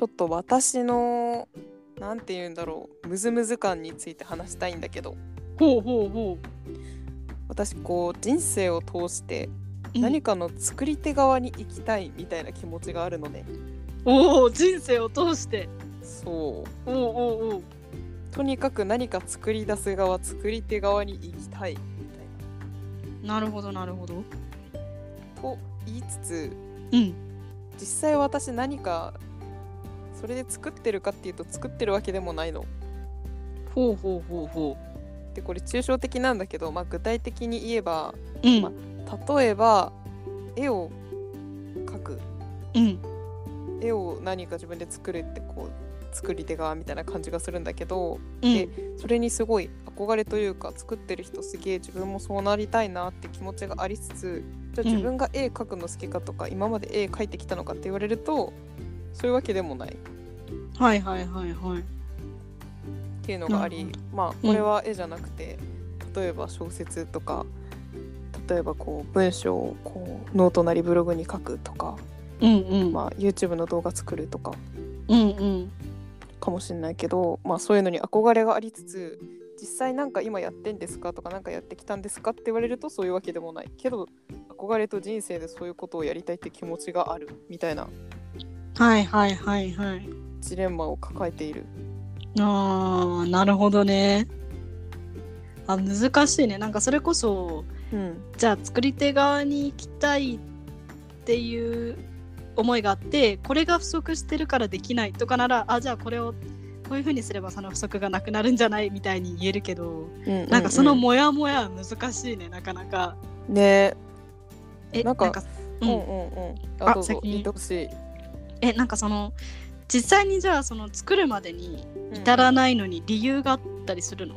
ちょっと私のなんて言うんだろう、ムズムズ感について話したいんだけど、 ほうほうほ私こう人生を通してう。 何かの作り手側に行きたいみたいな気持ちがあるのね。 おお、人生を通して。 そう、 おうおうおう。 とにかく何か作り出す側、作り手側に行きたいみたいなるほどなるほど。 なと言いつつ、 うん実際私何かそれで作ってるかっていうと作ってるわけでもないの。 ほうほうほうほでこれ抽象的なんだけど、具体的に言えば、 う。うん、 例えば絵を描く、 うん絵を何か自分で作るってこう作り手側みたいな感じがするんだけど、 うんでそれにすごい憧れというか、作ってる人すげえ自分もそうなりたいなって気持ちがありつつ、じゃあ自分が絵描くの好きかとか、今まで絵描いてきたのかって言われるとそういうわけでもないっはいはいはいはい。 ていうのがあり、これは絵じゃなくて、例えば小説とか、例えばこう文章をこうノートなりブログに書くとか、 うんうん。 YouTube の動画作るとかうんうんかもしれないけど、そういうのに憧れがありつつ、実際なんか今やってんですかとか、なんかやってきたんですかって言われるとそういうわけでもないけど、憧れと人生でそういうことをやりたいって気持ちがあるみたいなはいはいはいはい。 ジレンマを抱えている。 あー、なるほどね。難しいね。なんかそれこそ、じゃあ作り手側に行きたいっていう思いがあって、これが不足してるからできないとかなら、じゃあこれをこういう風にすればその不足がなくなるんじゃないみたいに言えるけど、なんかそのモヤモヤ難しいね、なかなか。 ねえ、 なんかどうぞ先に言ってほしい。 なんかその実際にじゃあその作るまでに至らないのに理由があったりするの？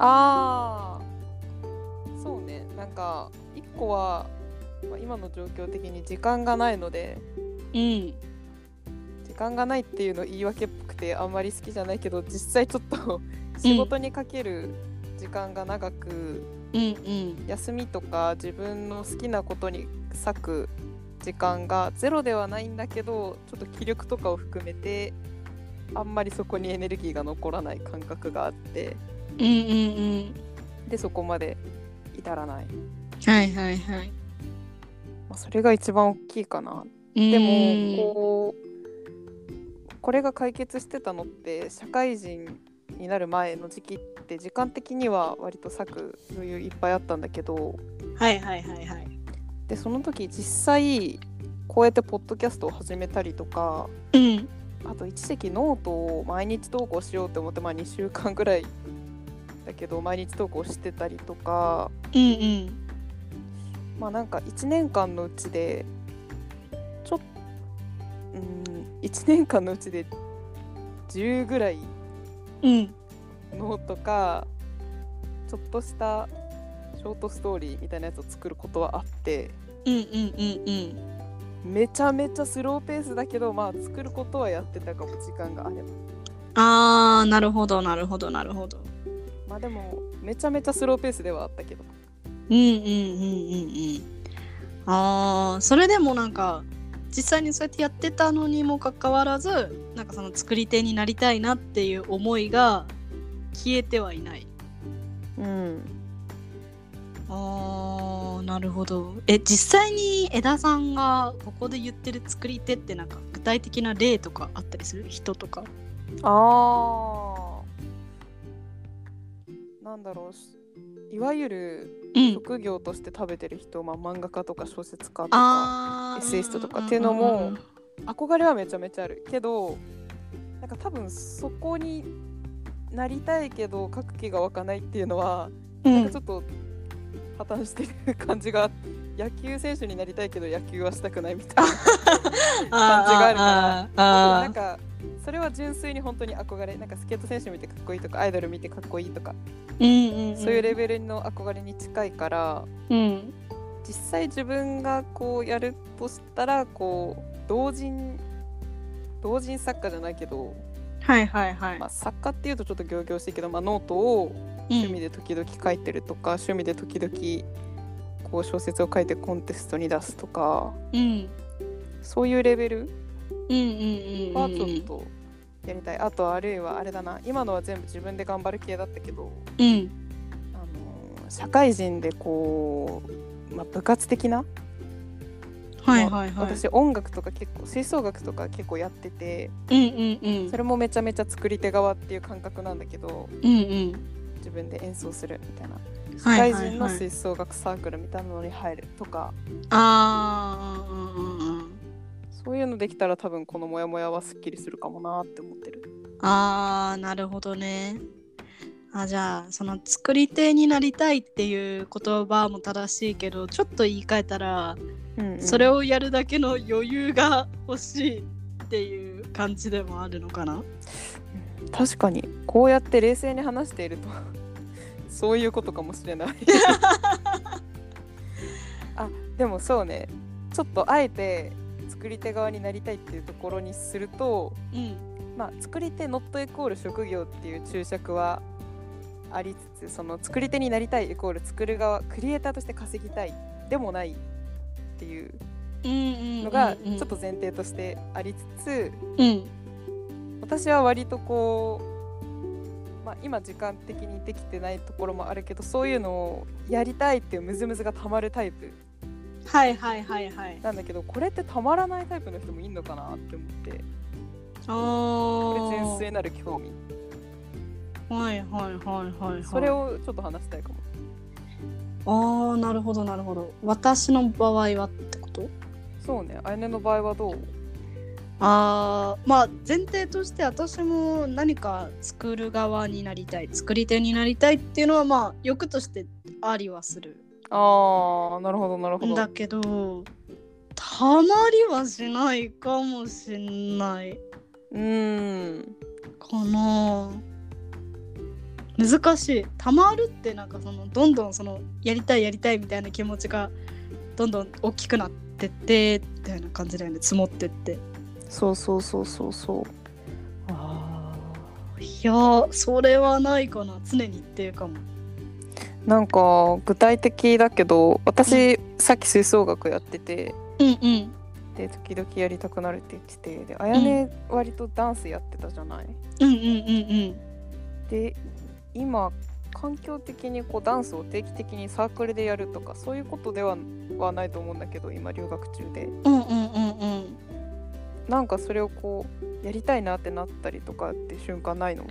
そうね、なんか一個は、今の状況的に時間がないので、時間がないっていうの言い訳っぽくてあんまり好きじゃないけど、実際ちょっと仕事にかける時間が長く、休みとか自分の好きなことに割く時間がゼロではないんだけど、ちょっと気力とかを含めてあんまりそこにエネルギーが残らない感覚があって、でそこまで至らない。 はいはいはい。 それが一番大きいかな。でもこれが解決してたのって社会人になる前の時期って時間的には割と割く余裕いっぱいあったんだけど、 はいはいはいはい。 でその時実際こうやってポッドキャストを始めたりとか、あと一時期ノートを毎日投稿しようと思って、2週間ぐらいだけど毎日投稿してたりとか、なんか1年間のうちで1年間のうちで10ぐらいノートかちょっとしたショートストーリーみたいなやつを作ることはあって、めちゃめちゃスローペースだけど、作ることはやってたかも、時間があれば。 なるほどなるほどなるほど。 でもめちゃめちゃスローペースではあったけど。 それでもなんか実際にそうやってやってたのにもかかわらず、なんかその作り手になりたいなっていう思いが消えてはいない。なるほど。実際に枝さんがここで言ってる作り手ってなんか具体的な例とかあったりする？人とか。 なんだろう、いわゆる職業として食べてる人、漫画家とか小説家とかエッセイストとかっていうのも憧れはめちゃめちゃあるけど、なんか多分そこになりたいけど書く気が湧かないっていうのは、なんかちょっと破綻してる感じが、野球選手になりたいけど野球はしたくないみたいな感じがあるから、なんかそれは純粋に本当に憧れ、なんかスケート選手見てかっこいいとか、アイドル見てかっこいいとか、そういうレベルの憧れに近いから、実際自分がこうやるとしたら、こう同人作家じゃないけど、作家っていうとちょっと仰々しいけど、ノートを趣味で時々書いてるとか、趣味で時々こう小説を書いてコンテストに出すとか、そういうレベルはちょっとやりたい。あとあるいはあれだな、今のは全部自分で頑張る系だったけど、社会人でこう、部活的な、私音楽とか結構吹奏楽とか結構やってて、それもめちゃめちゃ作り手側っていう感覚なんだけど、自分で演奏するみたいな、社会人の吹奏楽サークルみたいなのに入るとか、そういうのできたら多分このモヤモヤはすっきりするかもなって思ってる。 なるほどね。じゃあその作り手になりたいっていう言葉も正しいけど、ちょっと言い換えたら、それをやるだけの余裕が欲しいっていう感じでもあるのかな。 確かにこうやって冷静に話しているとそういうことかもしれないでもそうね、ちょっとあえて作り手側になりたいっていうところにすると、作り手ノットイコール職業っていう注釈はありつつ、その作り手になりたいイコール作る側、クリエイターとして稼ぎたいでもないっていうのがちょっと前提としてありつつ、私は割とこう、今時間的にできてないところもあるけど、そういうのをやりたいっていうムズムズがたまるタイプなんだけど、これってたまらないタイプの人もいるのかなって思って、これ純粋なる興味、それをちょっと話したいかも。なるほどなるほど。私の場合はってこと？ そうね。あやねの場合はどう？ 前提として私も何か作る側になりたい、作り手になりたいっていうのは欲としてありはする。 なるほどなるほど。 だけどたまりはしないかもしんない。かな。難しい。たまるってなんかそのどんどんそのやりたいみたいな気持ちがどんどん大きくなってってみたいな感じだよね。積もってって。 そう。 いやそれはないかな。常にっていうかも。 なんか具体的だけど、私、さっき吹奏楽やってて、で時々やりたくなるって言ってて、であやね割とダンスやってたじゃない。で今環境的にこうダンスを定期的にサークルでやるとかそういうことではないと思うんだけど、今留学中で、なんかそれをこうやりたいなってなったりとかって瞬間ないの？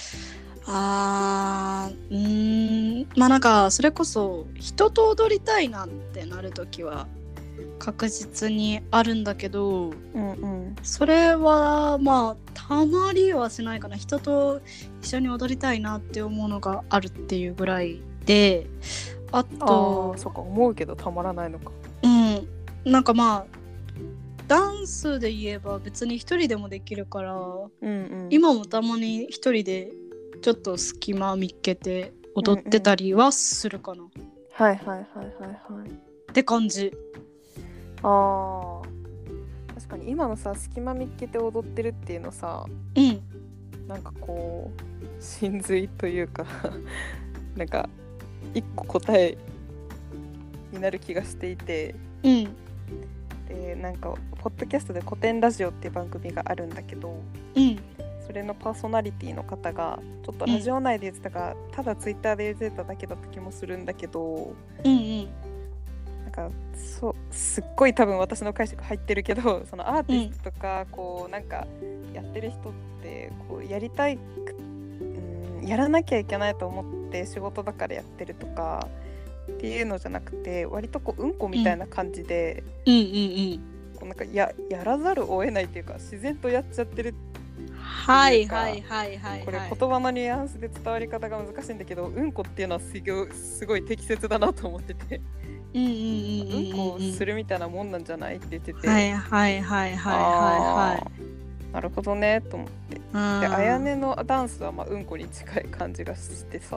なんかそれこそ人と踊りたいなってなるときは確実にあるんだけど、それはたまりはしないかな。人と一緒に踊りたいなって思うのがあるっていうぐらいで、あとそうか、思うけどたまらないのか。 なんかダンスで言えば別に一人でもできるから、今もたまに一人でちょっと隙間見っけて踊ってたりはするかな。って感じ。 確かに今のさ、隙間見っけて踊ってるっていうのさ、なんかこう真髄というかなんか一個答えになる気がしていて、でなんかポッドキャストで古典ラジオっていう番組があるんだけど、それのパーソナリティの方がちょっとラジオ内で言ってたか、ただツイッターで言ってただけだった気もするんだけど、なんかすっごい多分私の解釈入ってるけど、そのアーティストとかこうなんかやってる人ってこうやりたい、やらなきゃいけないと思って仕事だからやってるとかっていうのじゃなくて、割とこううんこみたいな感じで、こうなんかやらざるを得ないっていうか、自然とやっちゃってる。これ言葉のニュアンスで伝わり方が難しいんだけど、うんこっていうのはすごい適切だなと思ってて、うんこをするみたいなもんなんじゃないって言ってて、なるほどねと思って。であやねのダンスはうんこに近い感じがしてさ、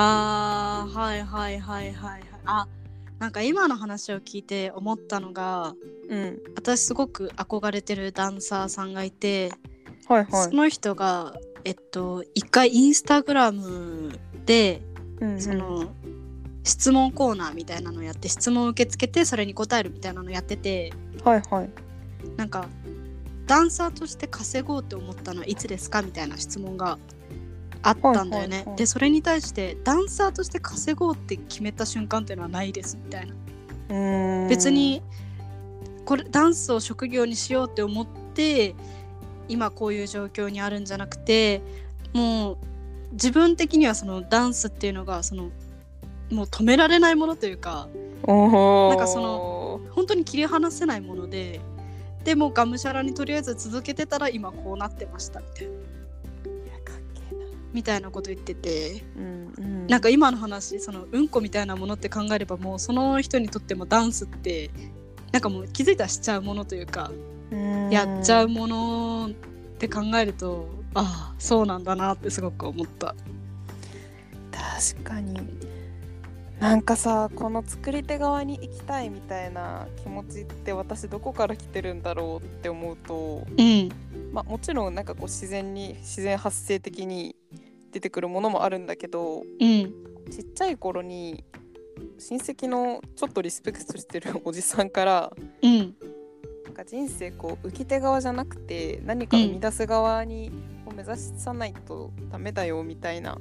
なんか今の話を聞いて思ったのが、私すごく憧れてるダンサーさんがいて、その人が一回インスタグラムで、その質問コーナーみたいなのやって、質問を受け付けてそれに答えるみたいなのやってて、なんかダンサーとして稼ごうって思ったのはいつですかみたいな質問があったんだよね、でそれに対してダンサーとして稼ごうって決めた瞬間っていうのはないですみたいな。別にこれダンスを職業にしようって思って今こういう状況にあるんじゃなくて、もう自分的にはそのダンスっていうのがそのもう止められないものというか、なんかその本当に切り離せないもので、でもがむしゃらにとりあえず続けてたら今こうなってましたみたいな、みたいなこと言ってて、なんか今の話、そのうんこみたいなものって考えればもうその人にとってもダンスってなんかもう気づいたらしちゃうものというか、やっちゃうものって考えると、ああそうなんだなってすごく思った。 確かになんかさ、この作り手側に行きたいみたいな気持ちって私どこから来てるんだろうって思うと、もちろんなんかこう自然発生的に出てくるものもあるんだけど、ちっちゃい頃に親戚のちょっとリスペクトしてるおじさんから、なんか人生こう受け手側じゃなくて何か生み出す側に目指さないとダメだよみたいな、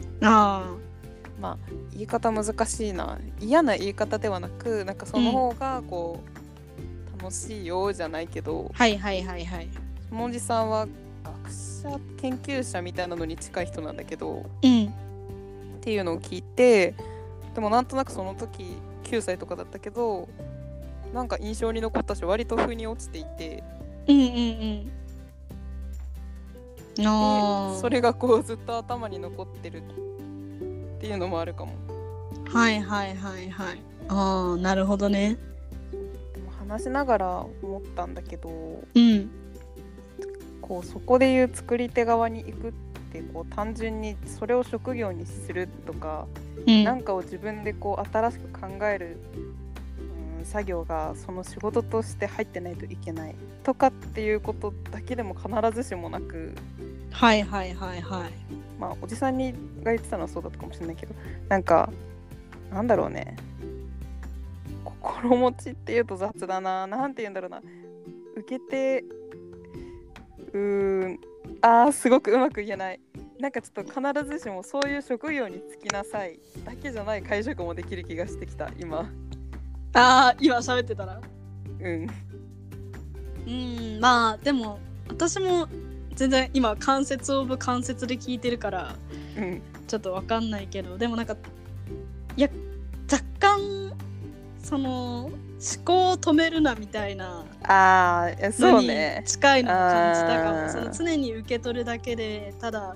言い方難しいな、嫌な言い方ではなく、なんかその方がこう、楽しいよじゃないけど、そのおじさんは学者研究者みたいなのに近い人なんだけど、っていうのを聞いて、でもなんとなくその時9歳とかだったけど、なんか印象に残ったし割と腑に落ちていて、それがこうずっと頭に残ってるっていうのもあるかも。 ああ、なるほどね。 でも話しながら思ったんだけど、こうそこでいう作り手側に行くってこう単純にそれを職業にするとか、なんかを自分でこう新しく考える、作業がその仕事として入ってないといけないとかっていうことだけでも必ずしもなく、おじさんが言ってたのはそうだったかもしれないけど、なんかなんだろうね、心持ちっていうと雑だな、なんて言うんだろうな、受けてすごくうまく言えない。なんかちょっと必ずしもそういう職業に就きなさいだけじゃない解釈もできる気がしてきた今。 今喋ってたらまあでも私も全然今関節オブ関節で聞いてるから、ちょっと分かんないけど、でもなんか若干その思考を止めるなみたいなそうね、 近いのを感じたかも。その常に受け取るだけでただ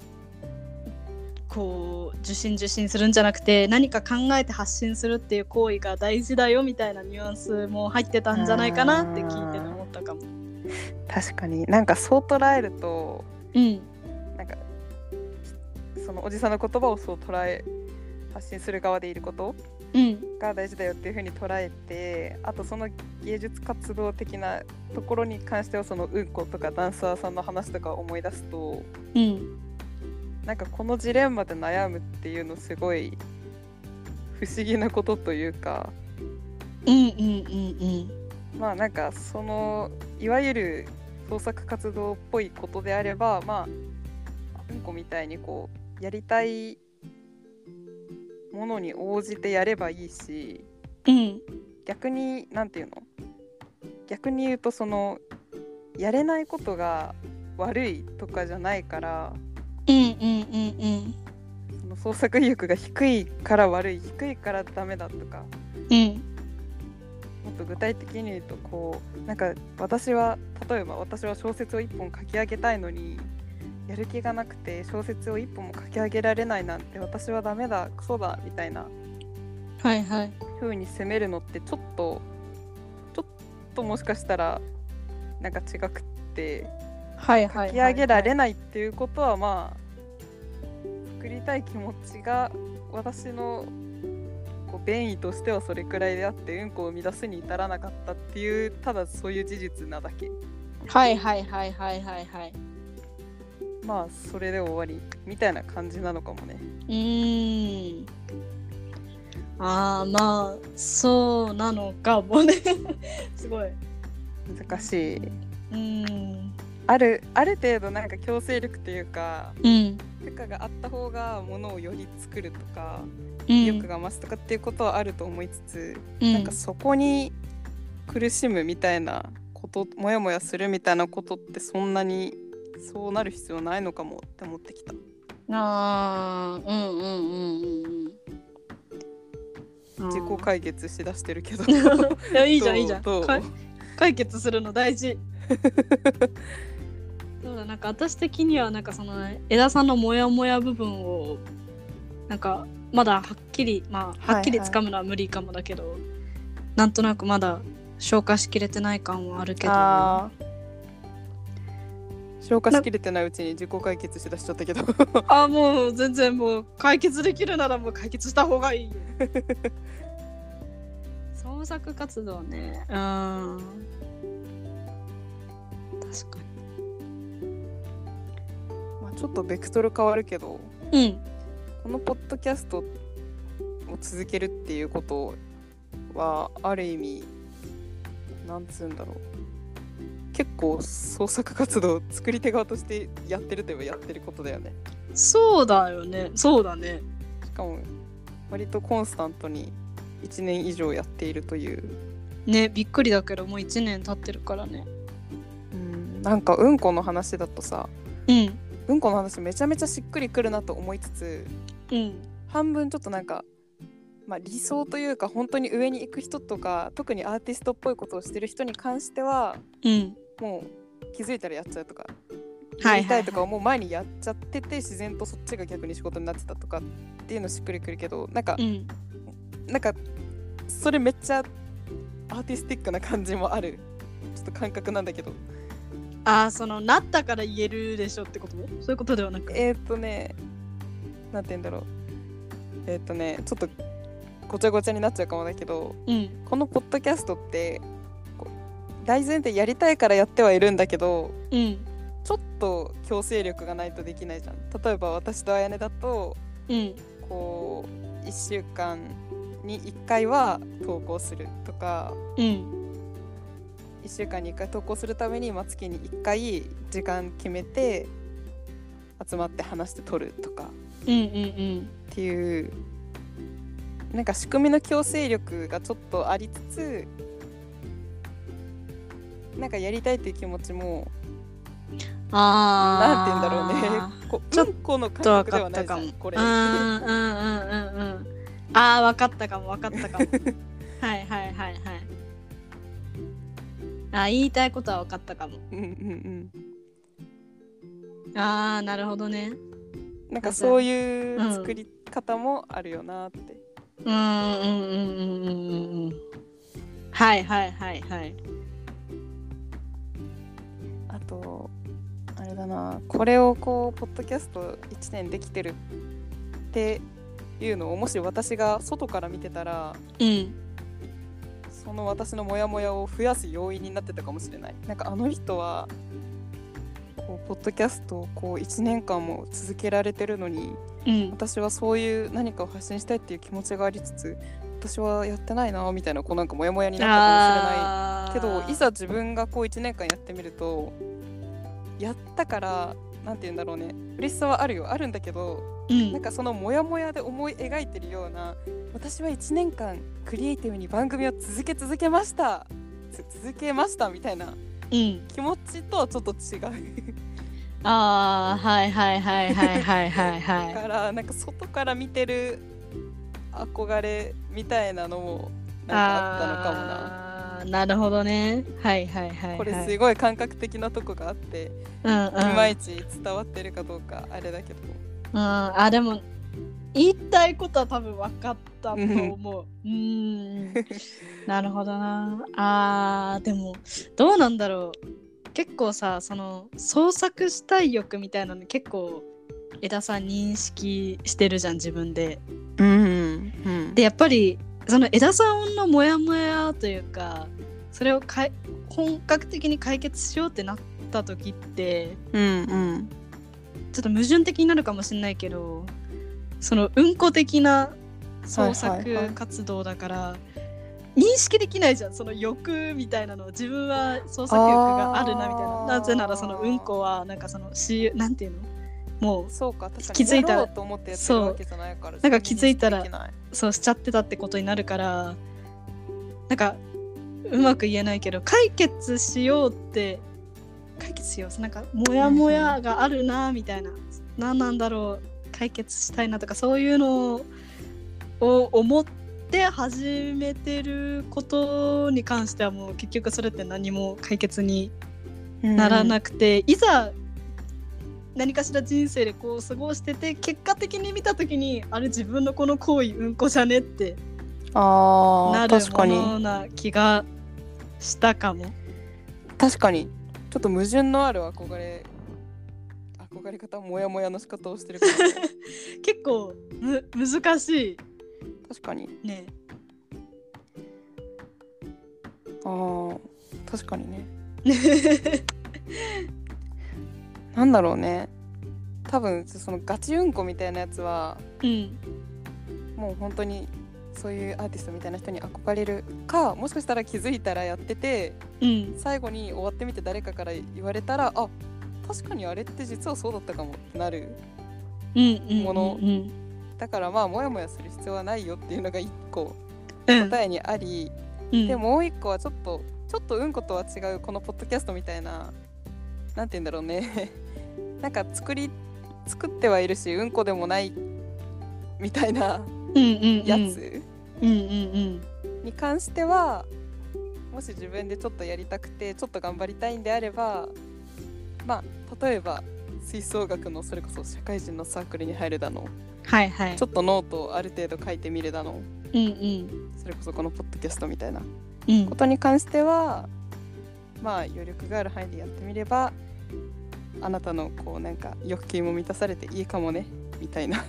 こう受信するんじゃなくて、何か考えて発信するっていう行為が大事だよみたいなニュアンスも入ってたんじゃないかなって聞いて思ったかも。 確かになんかそう捉えると、なんかそのおじさんの言葉をそう発信する側でいることが大事だよっていう風に捉えて、あとその芸術活動的なところに関してはそのうんことかダンサーさんの話とか思い出すと、なんかこのジレンマで悩むっていうのすごい不思議なことというか、なんかそのいわゆる創作活動っぽいことであれば、うんこみたいにこうやりたいものに応じてやればいいし、逆になんていうの、逆に言うとそのやれないことが悪いとかじゃないから、その創作意欲が低いから悪い、低いからダメだとか、もっと具体的に言うとこうなんか例えば私は小説を一本書き上げたいのにやる気がなくて小説を一本も書き上げられないなんて私はダメだクソだみたいな風に責めるのってちょっともしかしたらなんか違くって、書き上げられないっていうことは作りたい気持ちが私の便意としてはそれくらいであって、うんこを生み出すに至らなかったっていう、ただそういう事実なだけ。それで終わりみたいな感じなのかもね。 そうなのかもね。すごい難しい。 ある程度なんか強制力というか、負荷があった方がものをより作るとか、意欲が増すとかっていうことはあると思いつつ、なんかそこに苦しむみたいなこと、もやもやするみたいなことってそんなにそうなる必要ないのかもって思ってきた。自己解決しだしてるけどいやいいじゃんいいじゃん解決するの大事そうだ、なんか私的にはなんかその枝さんのモヤモヤ部分をなんかまだはっきりつかむのは無理かもだけど、なんとなくまだ消化しきれてない感はあるけど、 消化しきれてないうちに自己解決しだしちゃったけどもう全然もう解決できるならもう解決した方がいいよ創作活動ね、確かに、ちょっとベクトル変わるけど、このポッドキャストを続けるっていうことはある意味なんつうんだろう、結構創作活動を作り手側としてやってるといえばやってることだよね。 そうだよね、そうだね。 しかも割とコンスタントに1年以上やっているというね。びっくりだけどもう1年経ってるからね。 なんかうんこの話だとさ、うんこの話めちゃめちゃしっくりくるなと思いつつ、半分ちょっとなんか理想というか本当に上に行く人とか特にアーティストっぽいことをしてる人に関しては、もう気づいたらやっちゃうとか、やりたいとかをもう前にやっちゃってて自然とそっちが逆に仕事になってたとかっていうのしっくりくるけど、なんかそれめっちゃアーティスティックな感じもあるちょっと感覚なんだけど、 そのなったから言えるでしょってこと？そういうことではなく、 なんて言うんだろう、ちょっとごちゃごちゃになっちゃうかもだけど、このポッドキャストって大前提やりたいからやってはいるんだけど、ちょっと強制力がないとできないじゃん。例えば私とあやねだと、こう1週間に1回は投稿するとか、1週間に1回投稿するために、月に1回時間決めて集まって話して撮るとか、っていうなんか仕組みの強制力がちょっとありつつ、なんかやりたいっていう気持ちもなんて言うんだろうね、ちょっとの感覚ではないじゃんこれ。分かったかもはい言いたいことは分かったかも。なるほどね。 なんかそういう作り方もあるよなって。あとあれだな、これをこうポッドキャスト1年できてるっていうのをもし私が外から見てたら、その私のモヤモヤを増やす要因になってたかもしれない。なんかあの人はこうポッドキャストをこう1年間も続けられてるのに、私はそういう何かを発信したいっていう気持ちがありつつ、私はやってないなみたいな、こうなんかモヤモヤになったかもしれないけど、いざ自分がこう1年間やってみると、やったからなんて言うんだろうね、嬉しさはあるんだけど、なんかそのモヤモヤで思い描いてるような、私は1年間クリエイティブに番組を続けましたみたいな気持ちとはちょっと違うだからなんか外から見てる憧れみたいなのもなんかあったのかもな。 なるほどね。 これすごい感覚的なとこがあって、いまいち伝わってるかどうかあれだけど、 でも言いたいことは多分分かったと思う。なるほどな。でもどうなんだろう、結構さ、その創作したい欲みたいなの結構枝さん認識してるじゃん、自分で。でやっぱりその枝さんのモヤモヤというか、それを本格的に解決しようってなった時って、ちょっと矛盾的になるかもしれないけど、そのうんこ的な創作活動だから、 認識できないじゃん、その欲みたいなのを。自分は創作欲があるなみたいな。なぜならそのうんこはなんかそのなんていうの、もうそうか、確かに気づいたらやろうと思ってやってるわけじゃないから、 なんか気づいたら認識できないそうしちゃってたってことになるから、なんかうまく言えないけど、解決しよう、なんかモヤモヤがあるなみたいな、何なんだろう、解決したいなとか、そういうのを思って始めてることに関しては、もう結局それって何も解決にならなくて、いざ何かしら人生でこう過ごしてて、結果的に見た時に、あれ自分のこの行為うんこじゃねってなるものな気がしたかも。 確かにちょっと矛盾のある憧れ方、モヤモヤの仕方をしてるから、ね、 結構難しい。 確かにね。 確かにねなんだろうね、多分そのガチうんこみたいなやつは、もう本当にそういうアーティストみたいな人に憧れるか、もしかしたら気づいたらやってて、最後に終わってみて誰かから言われたら、あ、確かにあれって実はそうだったかもってなるもの、だからまあモヤモヤする必要はないよっていうのが一個答えにあり、でもう一個はちょっとうんことは違う、このポッドキャストみたいな、なんて言うんだろうねなんか作ってはいるし、うんこでもないみたいなやつに関しては、もし自分でちょっとやりたくてちょっと頑張りたいんであれば、まあ例えば吹奏楽のそれこそ社会人のサークルに入るだの、ちょっとノートをある程度書いてみるだの、それこそこのポッドキャストみたいなことに関しては、まあ余力がある範囲でやってみれば、あなたのこうなんか欲求も満たされていいかもねみたいな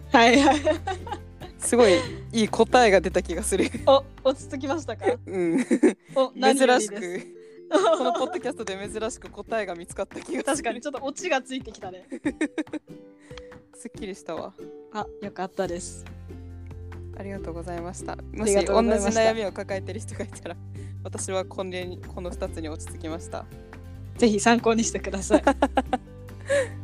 すごいいい答えが出た気がする落ち着きましたか？ 珍しくこのポッドキャストで珍しく答えが見つかった気がする。 確かにちょっとオチがついてきたねすっきりしたわ。 よかったです。 ありがとうございました。もし同じ悩みを抱えてる人がいたら、私はこの2つに落ち着きました。 ぜひ参考にしてください